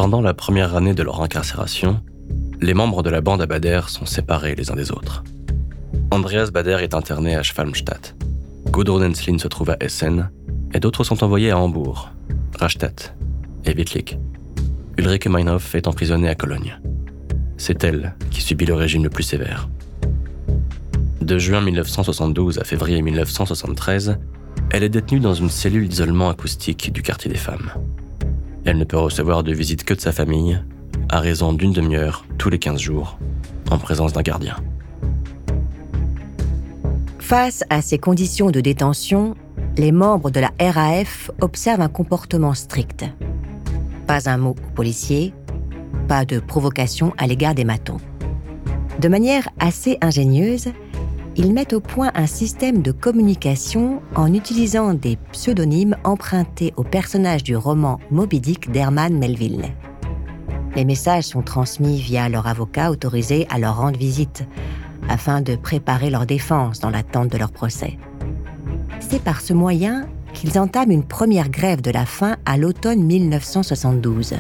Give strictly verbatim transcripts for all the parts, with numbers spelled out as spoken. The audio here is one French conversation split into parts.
Pendant la première année de leur incarcération, les membres de la bande à Bader sont séparés les uns des autres. Andreas Bader est interné à Schwalmstadt. Gudrun Ensslin se trouve à Essen, et d'autres sont envoyés à Hambourg, Rastatt et Wittlich. Ulrike Meinhof est emprisonnée à Cologne. C'est elle qui subit le régime le plus sévère. De juin mille neuf cent soixante-douze à février mille neuf cent soixante-treize, elle est détenue dans une cellule d'isolement acoustique du quartier des femmes. Elle ne peut recevoir de visite que de sa famille, à raison d'une demi-heure tous les quinze jours, en présence d'un gardien. Face à ces conditions de détention, les membres de la R A F observent un comportement strict. Pas un mot aux policiers, pas de provocation à l'égard des matons. De manière assez ingénieuse, ils mettent au point un système de communication en utilisant des pseudonymes empruntés au personnage du roman Moby Dick d'Herman Melville. Les messages sont transmis via leur avocat autorisé à leur rendre visite, afin de préparer leur défense dans l'attente de leur procès. C'est par ce moyen qu'ils entament une première grève de la faim à l'automne mille neuf cent soixante-douze.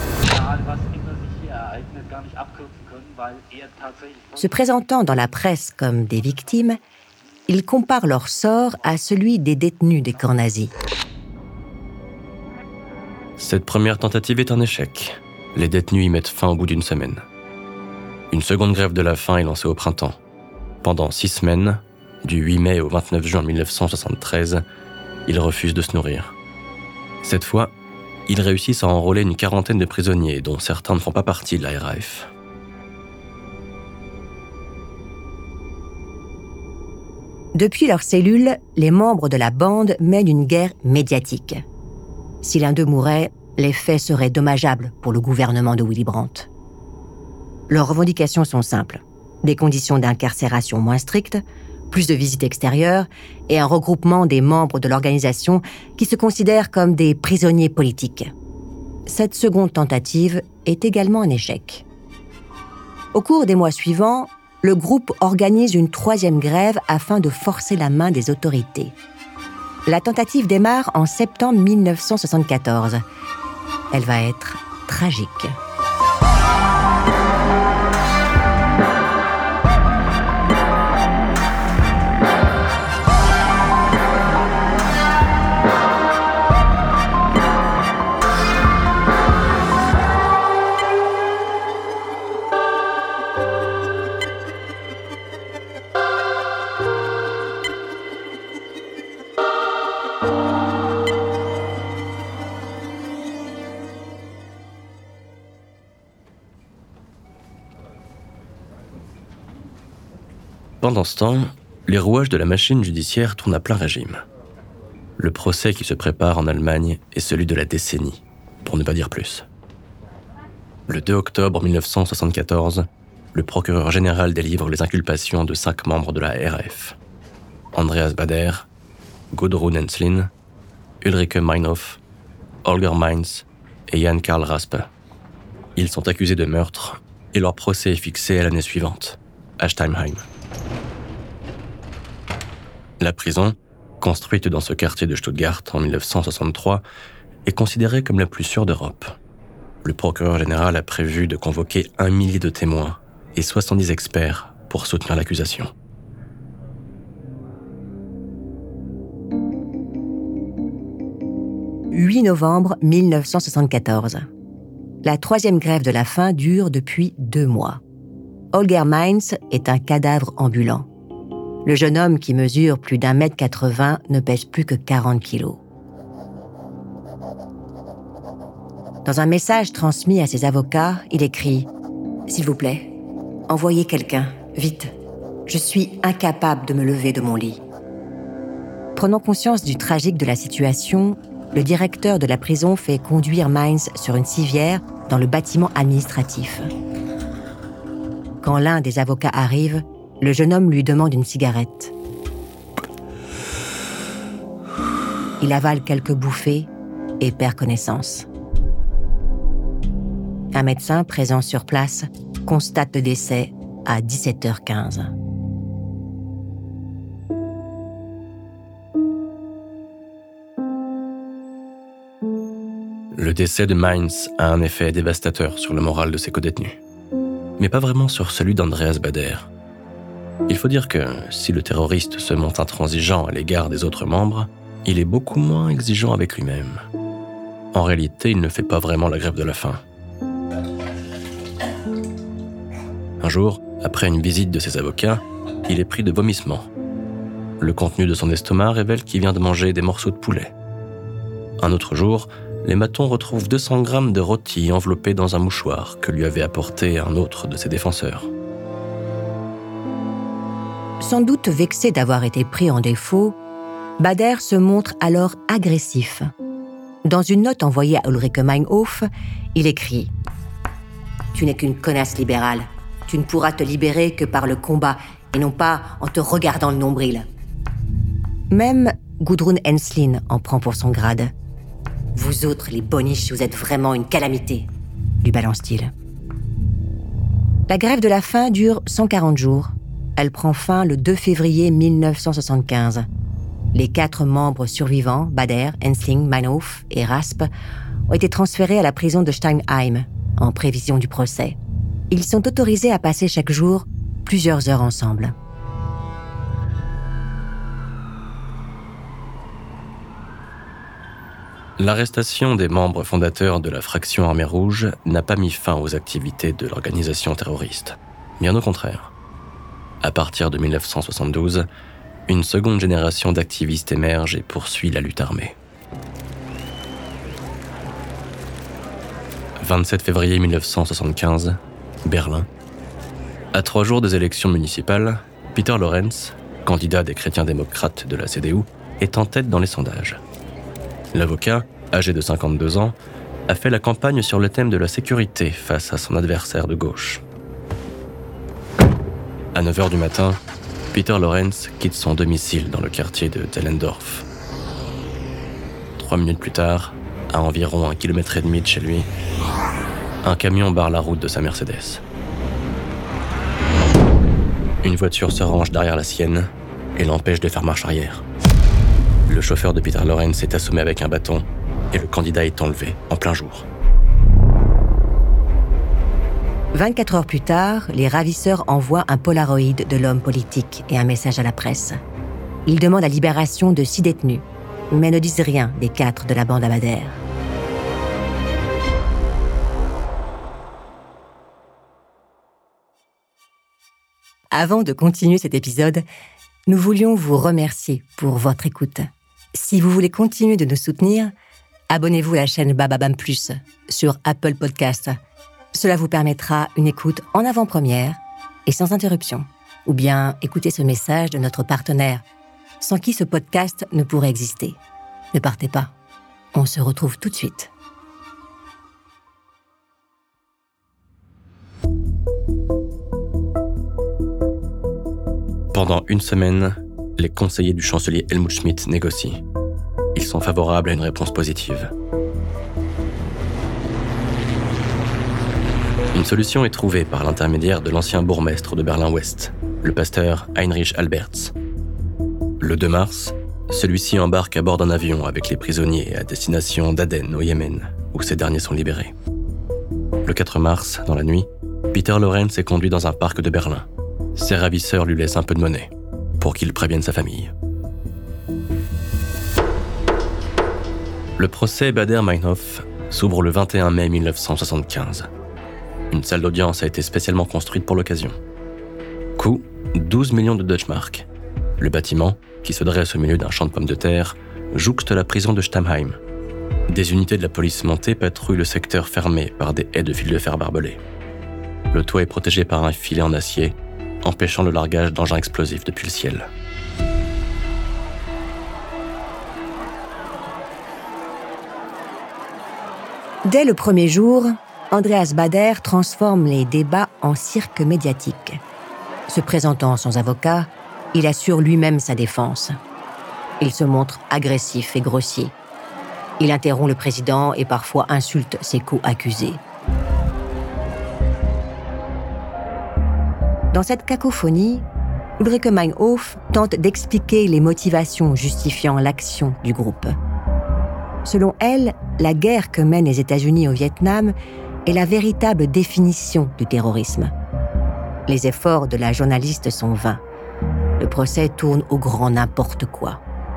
Se présentant dans la presse comme des victimes, ils comparent leur sort à celui des détenus des camps nazis. Cette première tentative est un échec. Les détenus y mettent fin au bout d'une semaine. Une seconde grève de la faim est lancée au printemps. Pendant six semaines, du huit mai au vingt-neuf juin mille neuf cent soixante-treize, ils refusent de se nourrir. Cette fois, ils réussissent à enrôler une quarantaine de prisonniers, dont certains ne font pas partie de la R A F. Depuis leur cellule, les membres de la bande mènent une guerre médiatique. Si l'un d'eux mourait, les faits seraient dommageables pour le gouvernement de Willy Brandt. Leurs revendications sont simples. Des conditions d'incarcération moins strictes, plus de visites extérieures et un regroupement des membres de l'organisation qui se considèrent comme des prisonniers politiques. Cette seconde tentative est également un échec. Au cours des mois suivants, le groupe organise une troisième grève afin de forcer la main des autorités. La tentative démarre en septembre mille neuf cent soixante-quatorze. Elle va être tragique. Pendant ce temps, les rouages de la machine judiciaire tournent à plein régime. Le procès qui se prépare en Allemagne est celui de la décennie, pour ne pas dire plus. Le deux octobre mille neuf cent soixante-quatorze, le procureur général délivre les inculpations de cinq membres de la R A F. Andreas Bader, Gudrun Ensslin, Ulrike Meinhof, Holger Mainz et Jan Karl Raspe. Ils sont accusés de meurtre et leur procès est fixé à l'année suivante, à Steimheim. La prison, construite dans ce quartier de Stuttgart en mille neuf cent soixante-trois, est considérée comme la plus sûre d'Europe. Le procureur général a prévu de convoquer un millier de témoins et soixante-dix experts pour soutenir l'accusation. huit novembre mille neuf cent soixante-quatorze. La troisième grève de la faim dure depuis deux mois. Holger Mainz est un cadavre ambulant. Le jeune homme qui mesure plus d'un mètre quatre-vingts ne pèse plus que quarante kilos. Dans un message transmis à ses avocats, il écrit « S'il vous plaît, envoyez quelqu'un, vite. Je suis incapable de me lever de mon lit. » Prenant conscience du tragique de la situation, le directeur de la prison fait conduire Mainz sur une civière dans le bâtiment administratif. Quand l'un des avocats arrive, le jeune homme lui demande une cigarette. Il avale quelques bouffées et perd connaissance. Un médecin présent sur place constate le décès à dix-sept heures quinze. Le décès de Mainz a un effet dévastateur sur le moral de ses codétenus, mais pas vraiment sur celui d'Andreas Baader. Il faut dire que si le terroriste se montre intransigeant à l'égard des autres membres, il est beaucoup moins exigeant avec lui-même. En réalité, il ne fait pas vraiment la grève de la faim. Un jour, après une visite de ses avocats, il est pris de vomissements. Le contenu de son estomac révèle qu'il vient de manger des morceaux de poulet. Un autre jour, les matons retrouvent deux cents grammes de rôti enveloppés dans un mouchoir que lui avait apporté un autre de ses défenseurs. Sans doute vexé d'avoir été pris en défaut, Baader se montre alors agressif. Dans une note envoyée à Ulrike Meinhof, il écrit « Tu n'es qu'une connasse libérale. Tu ne pourras te libérer que par le combat et non pas en te regardant le nombril. » Même Gudrun Ensslin en prend pour son grade. « Vous autres, les boniches, vous êtes vraiment une calamité », lui balance-t-il. La grève de la faim dure cent quarante jours. Elle prend fin le deux février mille neuf cent soixante-quinze. Les quatre membres survivants, Baader, Ensslin, Meinhof et Raspe, ont été transférés à la prison de Steinheim, en prévision du procès. Ils sont autorisés à passer chaque jour plusieurs heures ensemble. L'arrestation des membres fondateurs de la fraction Armée Rouge n'a pas mis fin aux activités de l'organisation terroriste. Bien au contraire. À partir de mille neuf cent soixante-douze, une seconde génération d'activistes émerge et poursuit la lutte armée. vingt-sept février mille neuf cent soixante-quinze, Berlin. À trois jours des élections municipales, Peter Lorenz, candidat des chrétiens démocrates de la C D U, est en tête dans les sondages. L'avocat, âgé de cinquante-deux ans, a fait la campagne sur le thème de la sécurité face à son adversaire de gauche. À neuf heures du matin, Peter Lorenz quitte son domicile dans le quartier de Dellendorf. Trois minutes plus tard, à environ un kilomètre et demi de chez lui, un camion barre la route de sa Mercedes. Une voiture se range derrière la sienne et l'empêche de faire marche arrière. Le chauffeur de Peter Lorenz est assommé avec un bâton et le candidat est enlevé en plein jour. vingt-quatre heures plus tard, les ravisseurs envoient un polaroid de l'homme politique et un message à la presse. Ils demandent la libération de six détenus, mais ne disent rien des quatre de la bande à Baader. Avant de continuer cet épisode, nous voulions vous remercier pour votre écoute. Si vous voulez continuer de nous soutenir, abonnez-vous à la chaîne Bababam Plus sur Apple Podcasts. Cela vous permettra une écoute en avant-première et sans interruption. Ou bien écoutez ce message de notre partenaire, sans qui ce podcast ne pourrait exister. Ne partez pas, on se retrouve tout de suite. Pendant une semaine, les conseillers du chancelier Helmut Schmidt négocient. Ils sont favorables à une réponse positive. Une solution est trouvée par l'intermédiaire de l'ancien bourgmestre de Berlin-Ouest, le pasteur Heinrich Alberts. Le deux mars, celui-ci embarque à bord d'un avion avec les prisonniers à destination d'Aden au Yémen, où ces derniers sont libérés. Le quatre mars, dans la nuit, Peter Lorenz est conduit dans un parc de Berlin. Ses ravisseurs lui laissent un peu de monnaie pour qu'il prévienne sa famille. Le procès Baader-Meinhof s'ouvre le vingt et un mai mille neuf cent soixante-quinze. Une salle d'audience a été spécialement construite pour l'occasion. Coût, douze millions de Deutschmark. Le bâtiment, qui se dresse au milieu d'un champ de pommes de terre, jouxte la prison de Stammheim. Des unités de la police montée patrouillent le secteur fermé par des haies de fil de fer barbelés. Le toit est protégé par un filet en acier, empêchant le largage d'engins explosifs depuis le ciel. Dès le premier jour, Andreas Baader transforme les débats en cirque médiatique. Se présentant sans avocat, il assure lui-même sa défense. Il se montre agressif et grossier. Il interrompt le président et parfois insulte ses co-accusés. Dans cette cacophonie, Ulrike Meinhof tente d'expliquer les motivations justifiant l'action du groupe. Selon elle, la guerre que mènent les États-Unis au Vietnam est la véritable définition du terrorisme. Les efforts de la journaliste sont vains. Le procès tourne au grand n'importe quoi.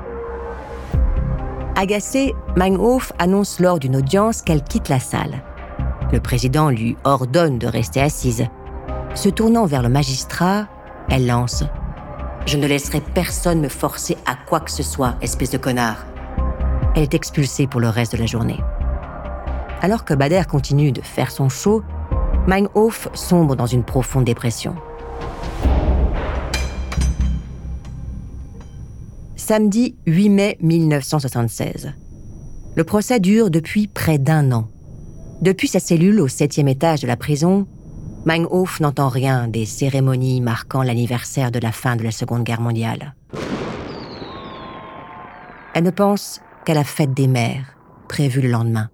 Agacée, Meinhof annonce lors d'une audience qu'elle quitte la salle. Le président lui ordonne de rester assise. Se tournant vers le magistrat, elle lance « Je ne laisserai personne me forcer à quoi que ce soit, espèce de connard ». Elle est expulsée pour le reste de la journée. Alors que Bader continue de faire son show, Meinhof sombre dans une profonde dépression. Samedi huit mai mille neuf cent soixante-seize. Le procès dure depuis près d'un an. Depuis sa cellule au septième étage de la prison, Meinhof n'entend rien des cérémonies marquant l'anniversaire de la fin de la Seconde Guerre mondiale. Elle ne pense qu'à la fête des mères, prévue le lendemain.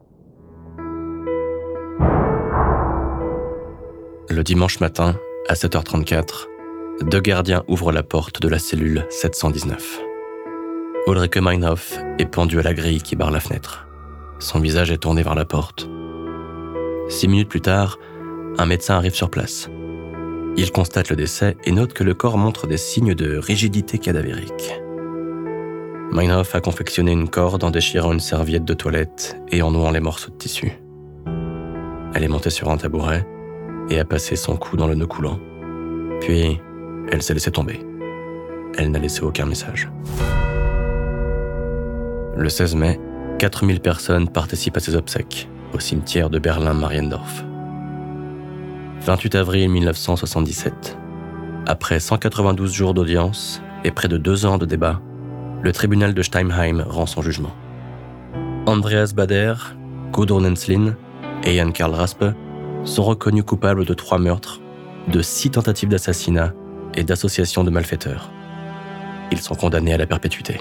Le dimanche matin, à sept heures trente-quatre, deux gardiens ouvrent la porte de la cellule sept cent dix-neuf. Ulrike Meinhof est pendue à la grille qui barre la fenêtre. Son visage est tourné vers la porte. Six minutes plus tard, un médecin arrive sur place. Il constate le décès et note que le corps montre des signes de rigidité cadavérique. Meinhof a confectionné une corde en déchirant une serviette de toilette et en nouant les morceaux de tissu. Elle est montée sur un tabouret et a passé son cou dans le nœud coulant. Puis, elle s'est laissée tomber. Elle n'a laissé aucun message. Le seize mai, quatre mille personnes participent à ses obsèques, au cimetière de Berlin-Mariendorf. vingt-huit avril mille neuf cent soixante-dix-sept. Après cent quatre-vingt-douze jours d'audience et près de deux ans de débat, le tribunal de Steimheim rend son jugement. Andreas Bader, Gudrun Ensslin et Jan Karl Raspe sont reconnus coupables de trois meurtres, de six tentatives d'assassinat et d'association de malfaiteurs. Ils sont condamnés à la perpétuité.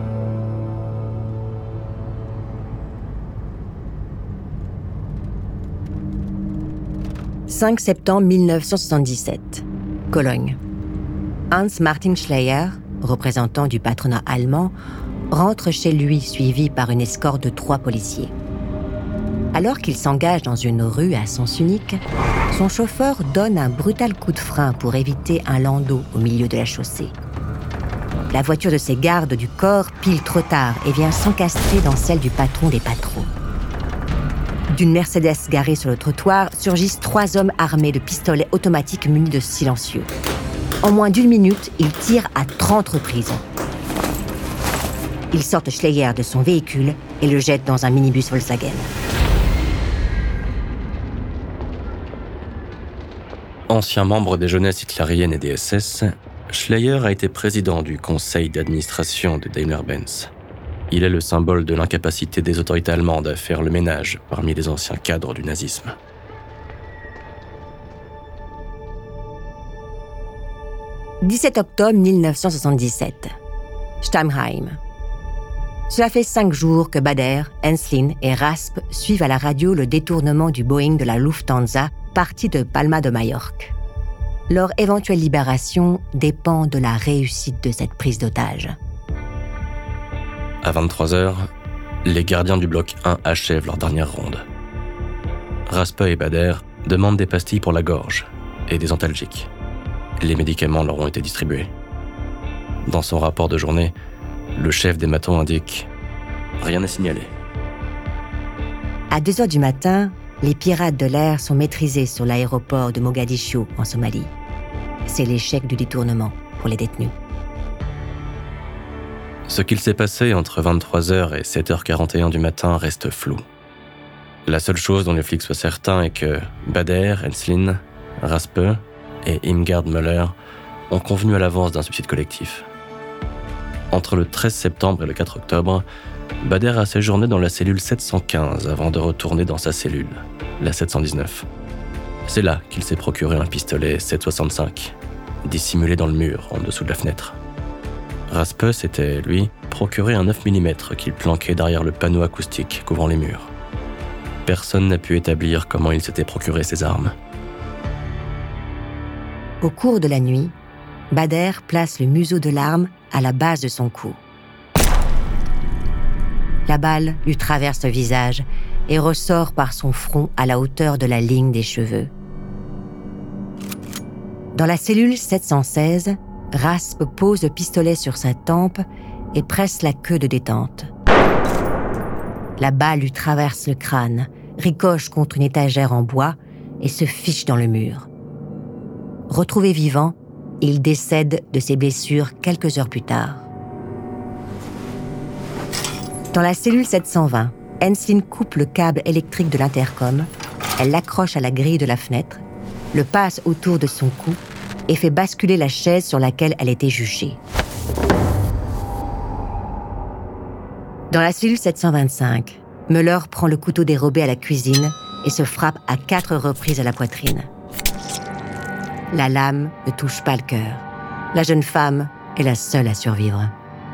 cinq septembre mille neuf cent soixante-dix-sept. Cologne. Hans-Martin Schleyer, représentant du patronat allemand, rentre chez lui suivi par une escorte de trois policiers. Alors qu'il s'engage dans une rue à sens unique, son chauffeur donne un brutal coup de frein pour éviter un landau au milieu de la chaussée. La voiture de ses gardes du corps pile trop tard et vient s'encastrer dans celle du patron des patrons. D'une Mercedes garée sur le trottoir surgissent trois hommes armés de pistolets automatiques munis de silencieux. En moins d'une minute, ils tirent à trente reprises. Ils sortent Schleyer de son véhicule et le jettent dans un minibus Volkswagen. Ancien membre des jeunesses hitlériennes et des S S, Schleyer a été président du conseil d'administration de Daimler-Benz. Il est le symbole de l'incapacité des autorités allemandes à faire le ménage parmi les anciens cadres du nazisme. dix-sept octobre mille neuf cent soixante-dix-sept. Steimheim. Cela fait cinq jours que Bader, Ensslin et Raspe suivent à la radio le détournement du Boeing de la Lufthansa parti de Palma de Majorque. Leur éventuelle libération dépend de la réussite de cette prise d'otage. À vingt-trois heures, les gardiens du bloc un achèvent leur dernière ronde. Raspe et Bader demandent des pastilles pour la gorge et des antalgiques. Les médicaments leur ont été distribués. Dans son rapport de journée, le chef des matons indique « Rien n'est signalé ». À deux heures du matin, les pirates de l'air sont maîtrisés sur l'aéroport de Mogadiscio, en Somalie. C'est l'échec du détournement pour les détenus. Ce qu'il s'est passé entre vingt-trois heures et sept heures quarante et un du matin reste flou. La seule chose dont les flics soient certains est que Bader, Ensslin, Raspe et Irmgard Müller ont convenu à l'avance d'un suicide collectif. Entre le treize septembre et le quatre octobre, Bader a séjourné dans la cellule sept cent quinze avant de retourner dans sa cellule, la sept cent dix-neuf. C'est là qu'il s'est procuré un pistolet sept soixante-cinq, dissimulé dans le mur en dessous de la fenêtre. Raspe s'était, lui, procuré un neuf millimètres qu'il planquait derrière le panneau acoustique couvrant les murs. Personne n'a pu établir comment il s'était procuré ces armes. Au cours de la nuit, Bader place le museau de l'arme à la base de son cou. La balle lui traverse le visage et ressort par son front à la hauteur de la ligne des cheveux. Dans la cellule sept cent seize, Rasp pose le pistolet sur sa tempe et presse la queue de détente. La balle lui traverse le crâne, ricoche contre une étagère en bois et se fiche dans le mur. Retrouvé vivant, il décède de ses blessures quelques heures plus tard. Dans la cellule sept cent vingt, Ensign coupe le câble électrique de l'intercom, elle l'accroche à la grille de la fenêtre, le passe autour de son cou et fait basculer la chaise sur laquelle elle était juchée. Dans la cellule sept cent vingt-cinq, Muller prend le couteau dérobé à la cuisine et se frappe à quatre reprises à la poitrine. La lame ne touche pas le cœur. La jeune femme est la seule à survivre.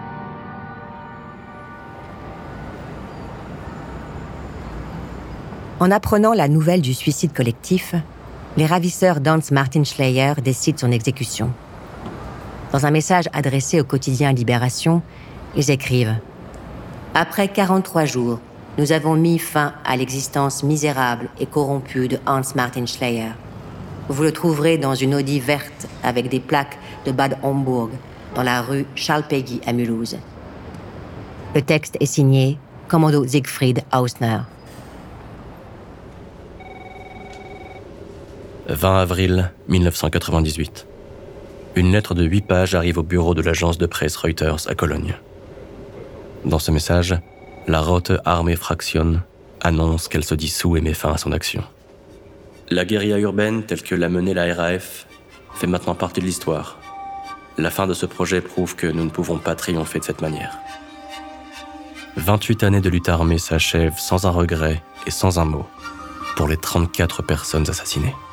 En apprenant la nouvelle du suicide collectif, les ravisseurs d'Hans Martin Schleyer décident son exécution. Dans un message adressé au quotidien Libération, ils écrivent « Après quarante-trois jours, nous avons mis fin à l'existence misérable et corrompue de Hans Martin Schleyer. Vous le trouverez dans une Audi verte avec des plaques de Bad Homburg, dans la rue Charles-Péguy à Mulhouse. » Le texte est signé Commando Siegfried Hausner. vingt avril mille neuf cent quatre-vingt-dix-huit. Une lettre de huit pages arrive au bureau de l'agence de presse Reuters à Cologne. Dans ce message, la Rote Armee Fraktion annonce qu'elle se dissout et met fin à son action. La guérilla urbaine, telle que l'a menée la R A F, fait maintenant partie de l'histoire. La fin de ce projet prouve que nous ne pouvons pas triompher de cette manière. vingt-huit années de lutte armée s'achèvent sans un regret et sans un mot pour les trente-quatre personnes assassinées.